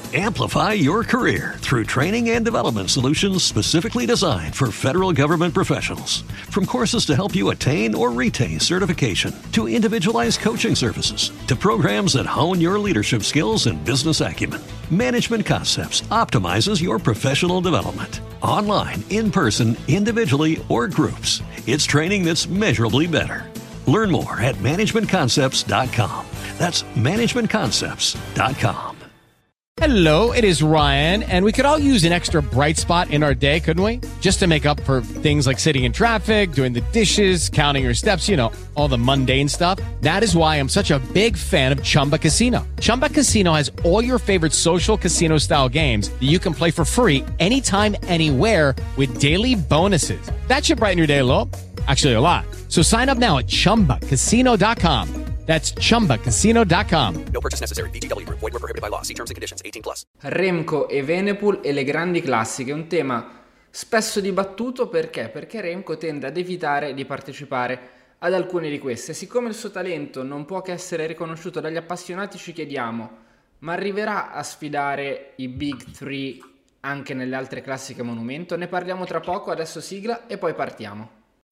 Amplify your career through training and development solutions specifically designed for federal government professionals. From courses to help you attain or retain certification, to individualized coaching services, to programs that hone your leadership skills and business acumen, Management Concepts optimizes your professional development. Online, in person, individually, or groups, it's training that's measurably better. Learn more at managementconcepts.com. That's managementconcepts.com. Hello, it is Ryan, and we could all use an extra bright spot in our day, couldn't we? Just to make up for things like sitting in traffic, doing the dishes, counting your steps, you know, all the mundane stuff. That is why I'm such a big fan of Chumba Casino. Chumba Casino has all your favorite social casino-style games that you can play for free anytime, anywhere with daily bonuses. That should brighten your day a little. Actually, a lot. So sign up now at ChumbaCasino.com. That's ChumbaCasino.com. No purchase necessary. VGW Group. Void where prohibited by law. See terms and conditions. 18+. Remco e Evenepoel e le grandi classiche, un tema spesso dibattuto perché Remco tende ad evitare di partecipare ad alcune di queste. Siccome il suo talento non può che essere riconosciuto dagli appassionati, ci chiediamo: ma arriverà a sfidare i Big Three anche nelle altre classiche monumento? Ne parliamo tra poco, adesso sigla e poi partiamo.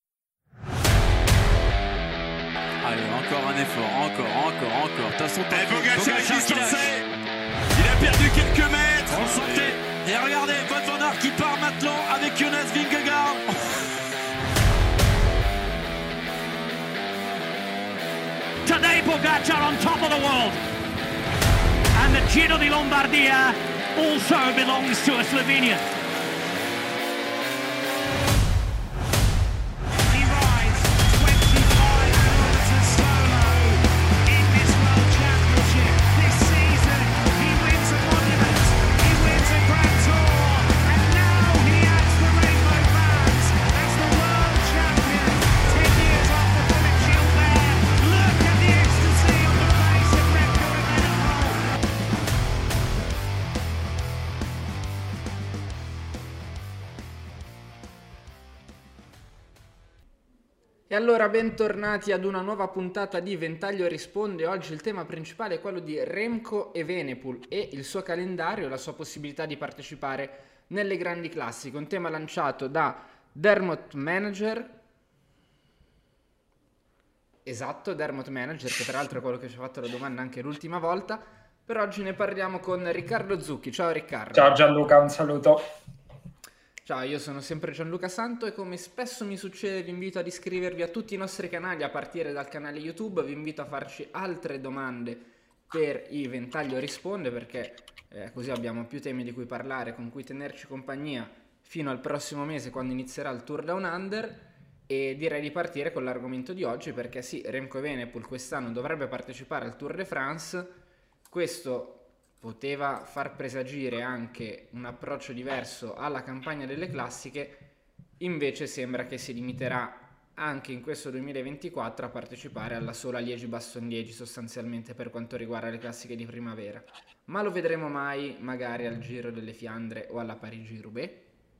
Allez, encore un effort, encore. De toute façon, Pogacar est distancé. Il a perdu quelques mètres. on sentait. Et regardez, Wout van Aert qui part maintenant avec Jonas Vingegaard. Today Pogacar on top of the world. And the Giro di Lombardia also belongs to a Slovenian. He rides 25 kilometers solo in this World Championship. This season he wins a monument, he wins a Grand Tour, and now he adds the rainbow bands as the World Champion. 10 years after Philippe Gilbert. Look at the ecstasy on the face of Remco Evenepoel. E allora bentornati ad una nuova puntata di Ventaglio Risponde. Oggi il tema principale è quello di Remco Evenepoel e il suo calendario, la sua possibilità di partecipare nelle grandi classiche. Un tema lanciato da Dermot Manager. Esatto, Dermot Manager, che tra l'altro è quello che ci ha fatto la domanda anche l'ultima volta. Per oggi ne parliamo con Riccardo Zucchi. Ciao Riccardo. Ciao Gianluca, un saluto. Ciao, io sono sempre Gianluca Santo e come spesso mi succede vi invito ad iscrivervi a tutti i nostri canali a partire dal canale YouTube. Vi invito a farci altre domande per i Ventaglio Risponde perché così abbiamo più temi di cui parlare, con cui tenerci compagnia fino al prossimo mese quando inizierà il Tour Down Under. E direi di partire con l'argomento di oggi perché sì, Remco Evenepoel quest'anno dovrebbe partecipare al Tour de France. Questo poteva far presagire anche un approccio diverso alla campagna delle classiche, invece sembra che si limiterà anche in questo 2024 a partecipare alla sola Liegi-Bastogne-Liegi sostanzialmente per quanto riguarda le classiche di primavera. Ma lo vedremo mai magari al Giro delle Fiandre o alla Parigi-Roubaix?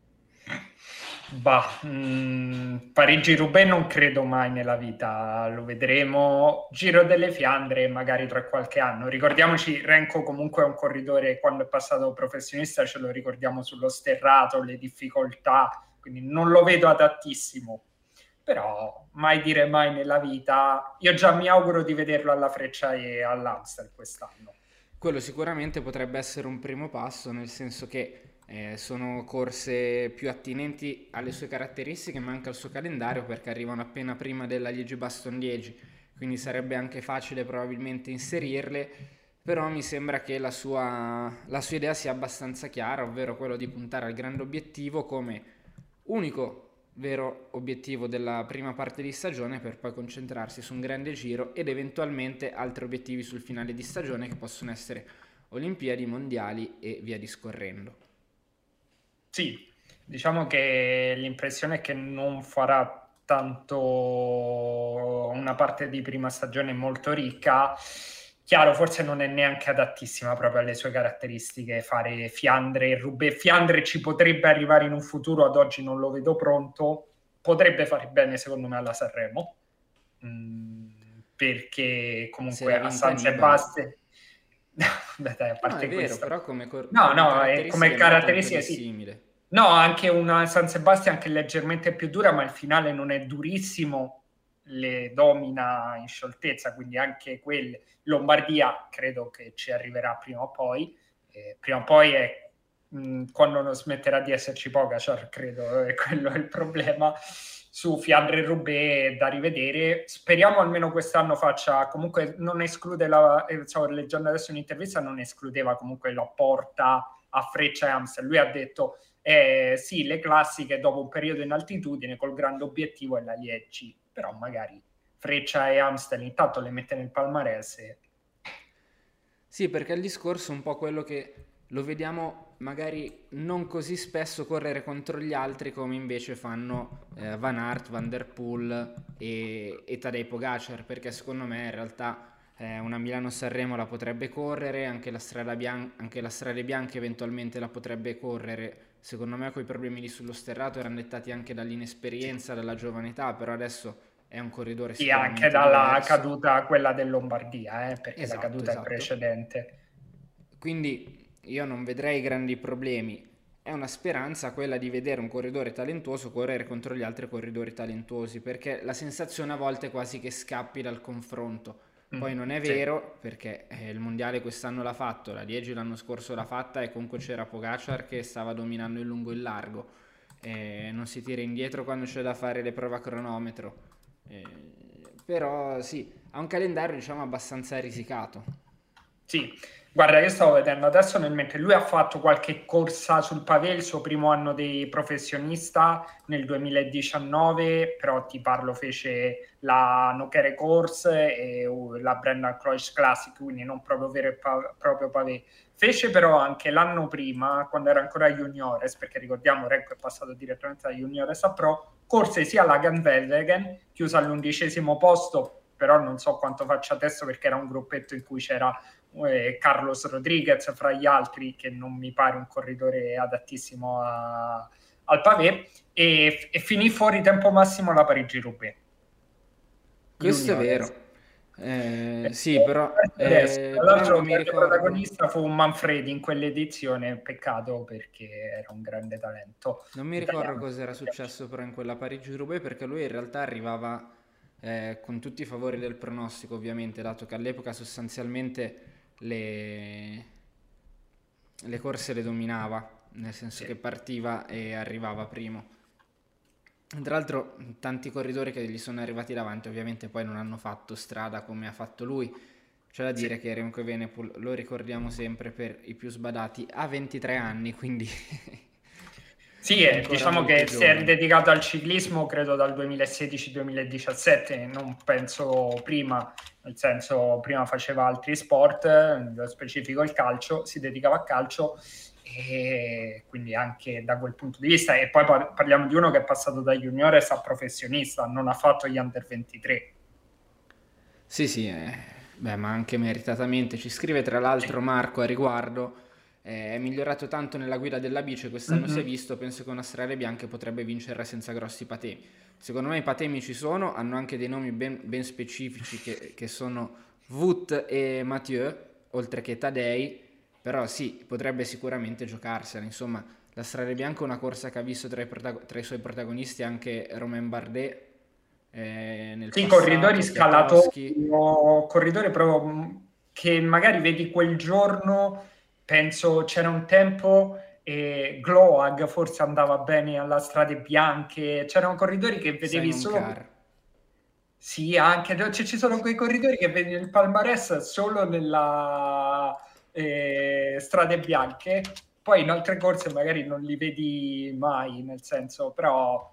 Parigi-Roubaix non credo mai nella vita, lo vedremo. Giro delle Fiandre magari tra qualche anno. Ricordiamoci, Remco comunque è un corridore, quando è passato professionista ce lo ricordiamo sullo sterrato, le difficoltà, quindi non lo vedo adattissimo, però mai dire mai nella vita. Io già mi auguro di vederlo alla Freccia e all'Amstel quest'anno. Quello sicuramente potrebbe essere un primo passo, nel senso che sono corse più attinenti alle sue caratteristiche ma anche al suo calendario, perché arrivano appena prima della Liegi-Bastogne-Liegi, quindi sarebbe anche facile probabilmente inserirle, però mi sembra che la sua idea sia abbastanza chiara, ovvero quello di puntare al grande obiettivo come unico vero obiettivo della prima parte di stagione, per poi concentrarsi su un grande giro ed eventualmente altri obiettivi sul finale di stagione che possono essere Olimpiadi, Mondiali e via discorrendo. Sì, diciamo che l'impressione è che non farà tanto una parte di prima stagione molto ricca. Chiaro, forse non è neanche adattissima proprio alle sue caratteristiche fare Fiandre e Roubaix. Fiandre ci potrebbe arrivare in un futuro, ad oggi non lo vedo pronto. Potrebbe fare bene secondo me alla Sanremo, perché comunque a San Sebastian Beh, dai, a No, parte è vero, questo. però come, No, come no, come caratteristiche è molto caratteristica sì. simile. No, anche una San Sebastian che è leggermente più dura, ma il finale non è durissimo, le domina in scioltezza, quindi anche quelle. Lombardia credo che ci arriverà prima o poi. Prima o poi è quando non smetterà di esserci Pogacar, credo, quello è il problema. Su Fiandre e Roubaix è da rivedere. Speriamo almeno quest'anno faccia, comunque non esclude stavo leggendo adesso un'intervista, non escludeva comunque la porta a Freccia e Amstel. Lui ha detto sì, le classiche dopo un periodo in altitudine col grande obiettivo è la Liegi, però magari Freccia e Amstel intanto le mette nel palmarès. Sì, perché il discorso è un po' quello che lo vediamo magari non così spesso correre contro gli altri come invece fanno Van Aert, Van der Poel e Tadej Pogacar, perché secondo me in realtà una Milano-Sanremo la potrebbe correre, anche la Strade Bianche eventualmente la potrebbe correre. Secondo me quei problemi lì sullo sterrato erano dettati anche dall'inesperienza, dalla giovane età, però adesso è un corridore Sì, sicuramente anche dalla diverso. caduta quella del Lombardia, perché la Esatto, caduta è esatto. precedente. Quindi io non vedrei grandi problemi. È una speranza quella di vedere un corridore talentuoso correre contro gli altri corridori talentuosi, perché la sensazione a volte è quasi che scappi dal confronto. Poi non è sì. vero, perché il mondiale quest'anno l'ha fatto, la Liegi l'anno scorso l'ha fatta e comunque c'era Pogacar che stava dominando in lungo e in largo. Non si tira indietro quando c'è da fare le prove a cronometro. Però sì, ha un calendario diciamo abbastanza risicato. Sì, guarda, io stavo vedendo adesso nel mentre lui ha fatto qualche corsa sul pavé il suo primo anno di professionista nel 2019, però ti parlo fece la Nochere Course e la Brendan Cloyce Classic, quindi non proprio vero e proprio pavé. Fece però anche l'anno prima, quando era ancora juniores, perché ricordiamo Renko è passato direttamente da juniores a pro, corse sia la Gandvelvegen, chiusa all'11° posto, però non so quanto faccia adesso perché era un gruppetto in cui c'era Carlos Rodriguez fra gli altri, che non mi pare un corridore adattissimo al pavé, e finì fuori tempo massimo la Parigi-Roubaix. Questo Juniores. è vero. Sì, però, Tra però l'altro non mi il ricordo. protagonista fu Manfredi in quell'edizione, peccato perché era un grande talento. Non mi italiano. ricordo cosa era successo però in quella Parigi-Roubaix, perché lui in realtà arrivava con tutti i favori del pronostico, ovviamente, dato che all'epoca sostanzialmente le corse le dominava, nel senso che partiva e arrivava primo. Tra l'altro tanti corridori che gli sono arrivati davanti ovviamente poi non hanno fatto strada come ha fatto lui. C'è da dire che Remco Evenepoel lo ricordiamo sempre per i più sbadati, ha 23 anni, quindi sì, diciamo molto che si è giovane. dedicato al ciclismo credo dal 2016-2017, non penso prima, nel senso prima faceva altri sport, nello specifico il calcio, si dedicava a calcio e quindi anche da quel punto di vista. E poi parliamo di uno che è passato da juniores a professionista, non ha fatto gli under 23. Sì, beh, ma anche meritatamente. Ci scrive tra l'altro Marco a riguardo. È migliorato tanto nella guida della bici, quest'anno si è visto, penso che una Strade Bianche potrebbe vincerla senza grossi patemi. Secondo me i patemi ci sono, hanno anche dei nomi ben specifici che sono Wout e Mathieu, oltre che Tadej, però sì, potrebbe sicuramente giocarsela. Insomma, la Strade Bianca è una corsa che ha visto tra i suoi protagonisti anche Romain Bardet, nel Sì, passato, corridori Kwiatkowski. scalatori o corridori proprio che magari vedi quel giorno, penso c'era un tempo e Gloag forse andava bene alla Strade Bianche, c'erano corridori che vedevi Simon solo... Carr. Sì, anche ci sono quei corridori che vedi nel palmarès solo nella Strade Bianche, poi in altre corse magari non li vedi mai, nel senso, però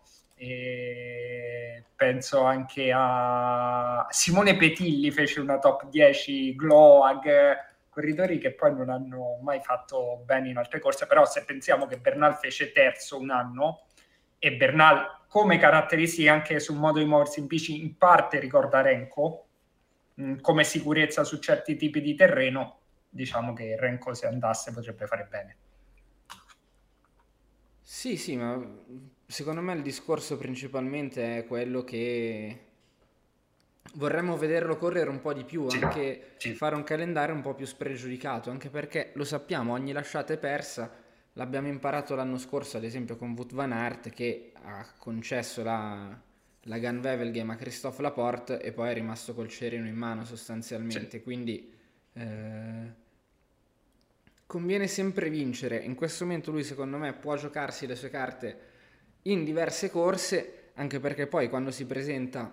penso anche a Simone Petilli, fece una top 10 Gloag, corridori che poi non hanno mai fatto bene in altre corse, però se pensiamo che Bernal fece terzo un anno e Bernal come caratteristiche anche sul modo di muoversi in bici in parte ricorda Renko, come sicurezza su certi tipi di terreno, diciamo che Renko se andasse potrebbe fare bene. Sì, ma secondo me il discorso principalmente è quello che vorremmo vederlo correre un po' di più, Sì, anche sì. fare un calendario un po' più spregiudicato, anche perché lo sappiamo, ogni lasciata è persa. L'abbiamo imparato l'anno scorso, ad esempio, con Wout van Aert, che ha concesso la Gun-Wevelgem a Christophe Laporte e poi è rimasto col cerino in mano sostanzialmente. Quindi conviene sempre vincere. In questo momento lui, secondo me, può giocarsi le sue carte in diverse corse, anche perché poi quando si presenta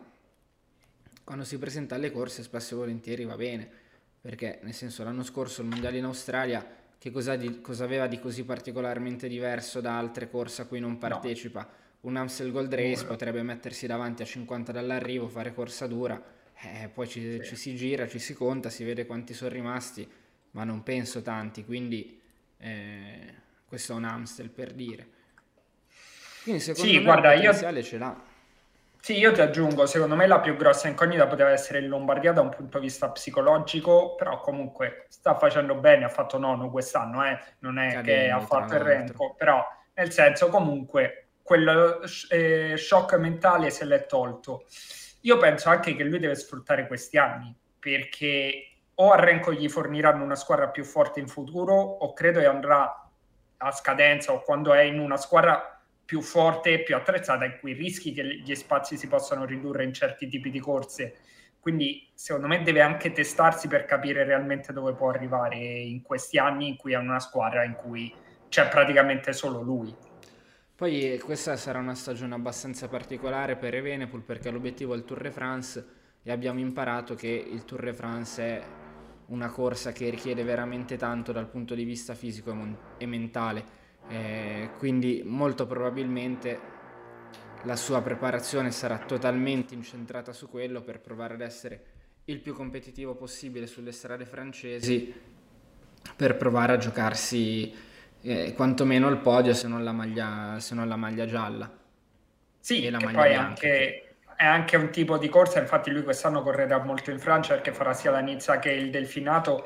alle corse spesso e volentieri va bene, perché nel senso l'anno scorso il mondiale in Australia che cosa aveva di così particolarmente diverso da altre corse a cui non partecipa? Un Amstel Gold Race potrebbe mettersi davanti a 50 dall'arrivo, fare corsa dura, poi ci si gira, ci si conta, si vede quanti sono rimasti, ma non penso tanti, quindi questo è un Amstel per dire. Quindi secondo me guarda, il potenziale ce l'ha. Sì, io ti aggiungo, secondo me la più grossa incognita poteva essere il Lombardia da un punto di vista psicologico, però comunque sta facendo bene, ha fatto nono quest'anno, non è Cadendo, che ha fatto il tra l'altro. Renko, però nel senso comunque quel shock mentale se l'è tolto. Io penso anche che lui deve sfruttare questi anni, perché o a Renko gli forniranno una squadra più forte in futuro, o credo che andrà a scadenza o quando è in una squadra più forte e più attrezzata in cui rischi che gli spazi si possano ridurre in certi tipi di corse. Quindi secondo me deve anche testarsi per capire realmente dove può arrivare in questi anni in cui è una squadra in cui c'è praticamente solo lui. Poi questa sarà una stagione abbastanza particolare per Evenepoel, perché l'obiettivo è il Tour de France e abbiamo imparato che il Tour de France è una corsa che richiede veramente tanto dal punto di vista fisico e mentale. Quindi molto probabilmente la sua preparazione sarà totalmente incentrata su quello, per provare ad essere il più competitivo possibile sulle strade francesi, per provare a giocarsi quantomeno il podio, se non la maglia gialla. Sì, E la che maglia poi bianca, è anche un tipo di corsa, infatti lui quest'anno correrà molto in Francia perché farà sia la Nizza che il Delfinato,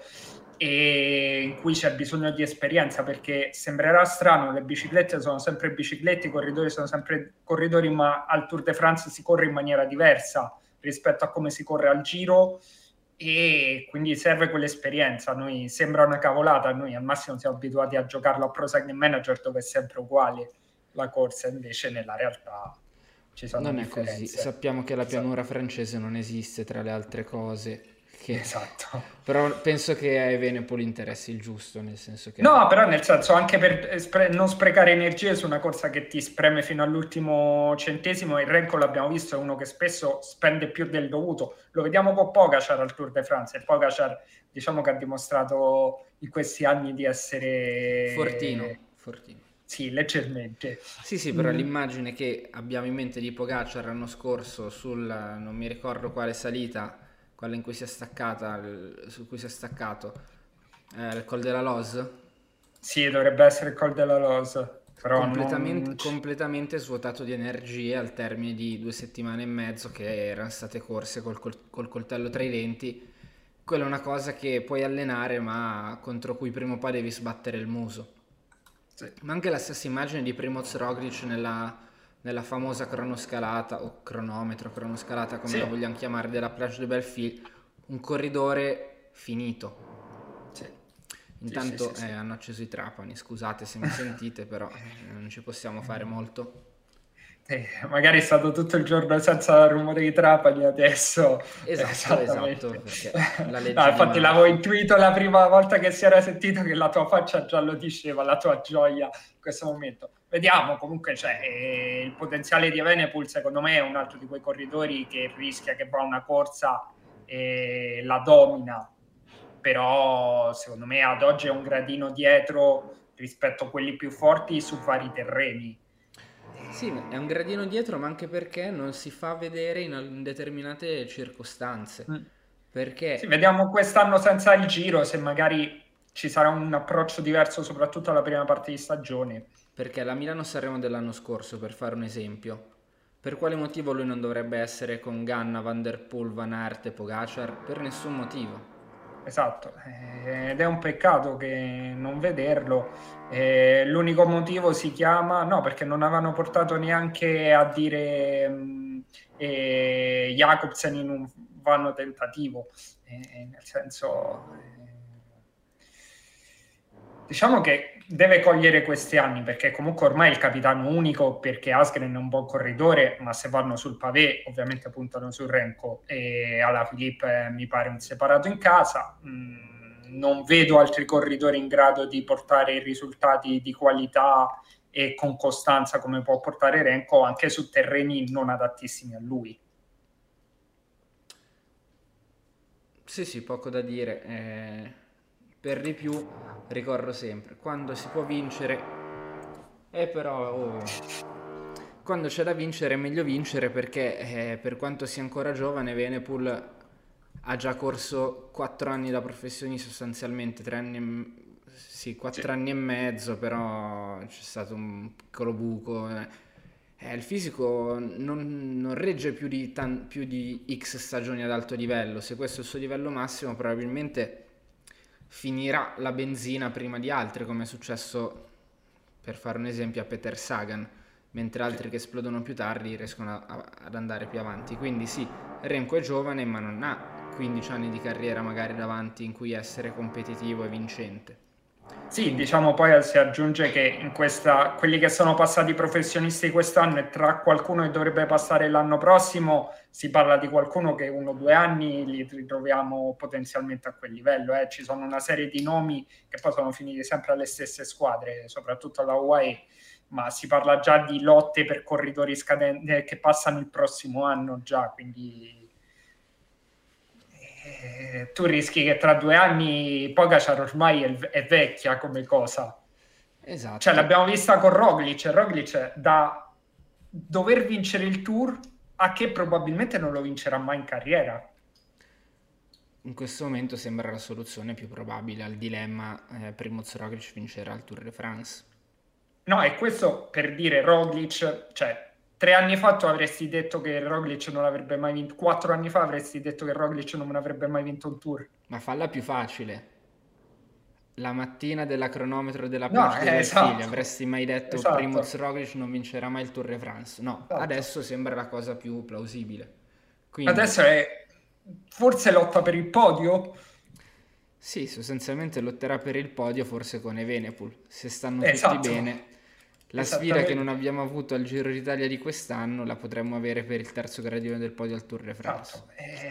e in cui c'è bisogno di esperienza, perché sembrerà strano, le biciclette sono sempre biciclette, i corridori sono sempre corridori, ma al Tour de France si corre in maniera diversa rispetto a come si corre al Giro, e quindi serve quell'esperienza. Noi sembra una cavolata, noi al massimo siamo abituati a giocarlo a Pro Cycling Manager dove è sempre uguale la corsa, invece nella realtà ci sono non è differenze. così. Sappiamo che la pianura francese non esiste, tra le altre cose. Esatto. Però penso che a Evenepoel interessi il giusto, nel senso che No, però nel senso anche per non sprecare energie su una corsa che ti spreme fino all'ultimo centesimo. Il Renko, l'abbiamo visto, è uno che spesso spende più del dovuto. Lo vediamo con Pogacar al Tour de France, e Pogacar diciamo che ha dimostrato in questi anni di essere fortino. Sì, leggermente. Sì, però l'immagine che abbiamo in mente di Pogacar l'anno scorso non mi ricordo quale salita, quella in cui si è staccata, su cui si è staccato, il Col de la Loze? Sì, dovrebbe essere il Col de la Loze, però completamente svuotato di energie al termine di 2 settimane e mezzo che erano state corse col coltello tra i denti. Quella è una cosa che puoi allenare, ma contro cui prima o poi devi sbattere il muso. Sì. Ma anche la stessa immagine di Primoz Roglic nella famosa cronoscalata o cronoscalata, come la vogliamo chiamare, della Plage de Belleville, un corridore finito. Sì. Intanto hanno acceso i trapani, scusate se mi sentite, però non ci possiamo fare molto. Magari è stato tutto il giorno senza rumore di trapani, adesso esatto, perché la legge infatti l'avevo intuito la prima volta che si era sentito, che la tua faccia già lo diceva, la tua gioia in questo momento. Vediamo, comunque il potenziale di Evenepoel secondo me è un altro di quei corridori che rischia che va una corsa e la domina, però secondo me ad oggi è un gradino dietro rispetto a quelli più forti su vari terreni. Sì, è un gradino dietro, ma anche perché non si fa vedere in determinate circostanze. Perché sì, vediamo quest'anno senza il Giro se magari ci sarà un approccio diverso, soprattutto alla prima parte di stagione. Perché la Milano-Sanremo dell'anno scorso, per fare un esempio, per quale motivo lui non dovrebbe essere con Ganna, Van der Poel, Van Aert e Pogacar? Per nessun motivo. Esatto, ed è un peccato che non vederlo. L'unico motivo si chiama, no, perché non avevano portato neanche a dire Jacobsen in un vanno tentativo, nel senso... Diciamo che deve cogliere questi anni, perché comunque ormai è il capitano unico, perché Asgreen è un buon corridore, ma se vanno sul pavé ovviamente puntano su Remco, e Alaphilippe mi pare un separato in casa. Non vedo altri corridori in grado di portare risultati di qualità e con costanza come può portare Remco, anche su terreni non adattissimi a lui. Sì, poco da dire. Per di più ricordo sempre, quando si può vincere, quando c'è da vincere è meglio vincere, perché per quanto sia ancora giovane, Evenepoel ha già corso 4 anni da professionista, sostanzialmente 4 anni e mezzo, però c'è stato un piccolo buco. Il fisico non regge più di X stagioni ad alto livello. Se questo è il suo livello massimo, probabilmente finirà la benzina prima di altri, come è successo, per fare un esempio, a Peter Sagan, mentre altri che esplodono più tardi riescono ad andare più avanti. Quindi sì, Remco è giovane, ma non ha 15 anni di carriera magari davanti in cui essere competitivo e vincente. Sì, diciamo, poi si aggiunge che in quelli che sono passati professionisti quest'anno, e tra qualcuno che dovrebbe passare l'anno prossimo, si parla di qualcuno che 1 o 2 anni li ritroviamo potenzialmente a quel livello. Ci sono una serie di nomi che poi sono finiti sempre alle stesse squadre, soprattutto alla UAE, ma si parla già di lotte per corridori scadenti che passano il prossimo anno già, quindi... tu rischi che tra 2 anni Pogačar ormai è vecchia come cosa. Esatto. Cioè, l'abbiamo vista con Roglic da dover vincere il Tour a che probabilmente non lo vincerà mai in carriera. In questo momento sembra la soluzione più probabile al dilemma Primož Roglic vincerà il Tour de France. No, e questo per dire Roglic, cioè 3 anni fa tu avresti detto che Roglic non avrebbe mai vinto, 4 anni fa avresti detto che Roglic non avrebbe mai vinto un Tour. Ma falla più facile. La mattina della cronometro della esatto. figlia avresti mai detto Primož Roglic non vincerà mai il Tour de France? No, esatto. Adesso sembra la cosa più plausibile. Quindi... Adesso è forse lotta per il podio? Sì, sostanzialmente lotterà per il podio, forse con Evenepoel, se stanno tutti bene. La sfida che non abbiamo avuto al Giro d'Italia di quest'anno la potremmo avere per il terzo gradino del podio al Tour de France.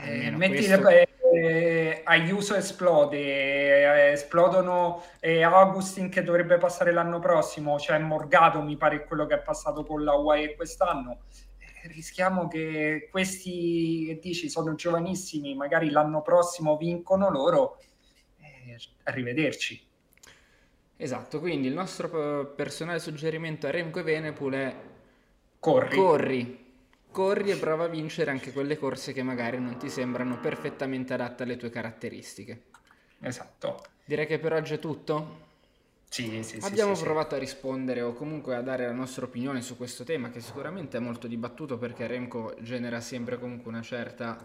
Ayuso esplodono Augustin che dovrebbe passare l'anno prossimo, cioè Morgado mi pare quello che è passato con la UAE quest'anno. Rischiamo che questi che dici sono giovanissimi, magari l'anno prossimo vincono loro. Arrivederci. Esatto, quindi il nostro personale suggerimento a Remco Evenepoel è corri e prova a vincere anche quelle corse che magari non ti sembrano perfettamente adatte alle tue caratteristiche. Esatto. Direi che per oggi è tutto? Sì. Abbiamo provato a rispondere o comunque a dare la nostra opinione su questo tema, che sicuramente è molto dibattuto, perché Remco genera sempre comunque una certa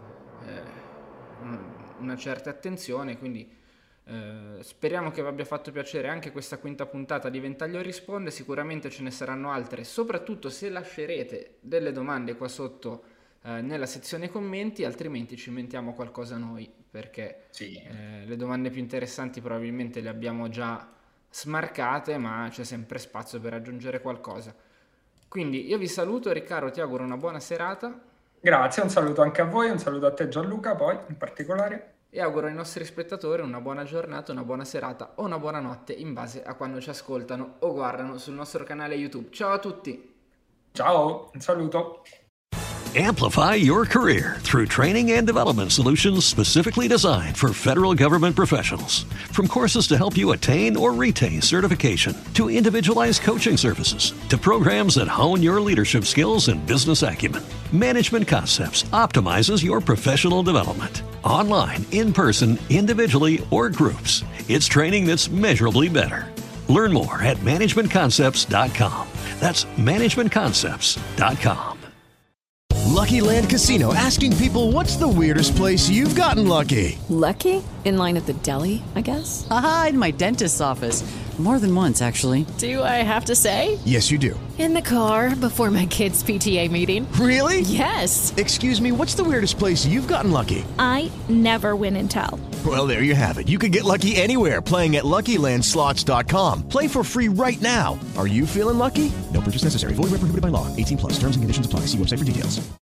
attenzione, quindi speriamo che vi abbia fatto piacere anche questa quinta puntata di Ventaglio Risponde. Sicuramente ce ne saranno altre, soprattutto se lascerete delle domande qua sotto nella sezione commenti, altrimenti ci inventiamo qualcosa noi, perché le domande più interessanti probabilmente le abbiamo già smarcate, ma c'è sempre spazio per aggiungere qualcosa. Quindi io vi saluto, Riccardo, ti auguro una buona serata. Grazie, un saluto anche a voi, un saluto a te Gianluca poi in particolare. E auguro ai nostri spettatori una buona giornata, una buona serata o una buona notte in base a quando ci ascoltano o guardano sul nostro canale YouTube. Ciao a tutti! Ciao, un saluto! Amplify your career through training and development solutions specifically designed for federal government professionals. From courses to help you attain or retain certification, to individualized coaching services, to programs that hone your leadership skills and business acumen, Management Concepts optimizes your professional development. Online, in person, individually, or groups, it's training that's measurably better. Learn more at managementconcepts.com. That's managementconcepts.com. Lucky Land Casino, asking people, what's the weirdest place you've gotten lucky? Lucky? In line at the deli, I guess? Aha, in my dentist's office. More than once, actually. Do I have to say? Yes, you do. In the car before my kids' PTA meeting. Really? Yes. Excuse me, what's the weirdest place you've gotten lucky? I never win and tell. Well, there you have it. You can get lucky anywhere, playing at LuckyLandSlots.com. Play for free right now. Are you feeling lucky? No purchase necessary. Void where prohibited by law. 18+. Terms and conditions apply. See website for details.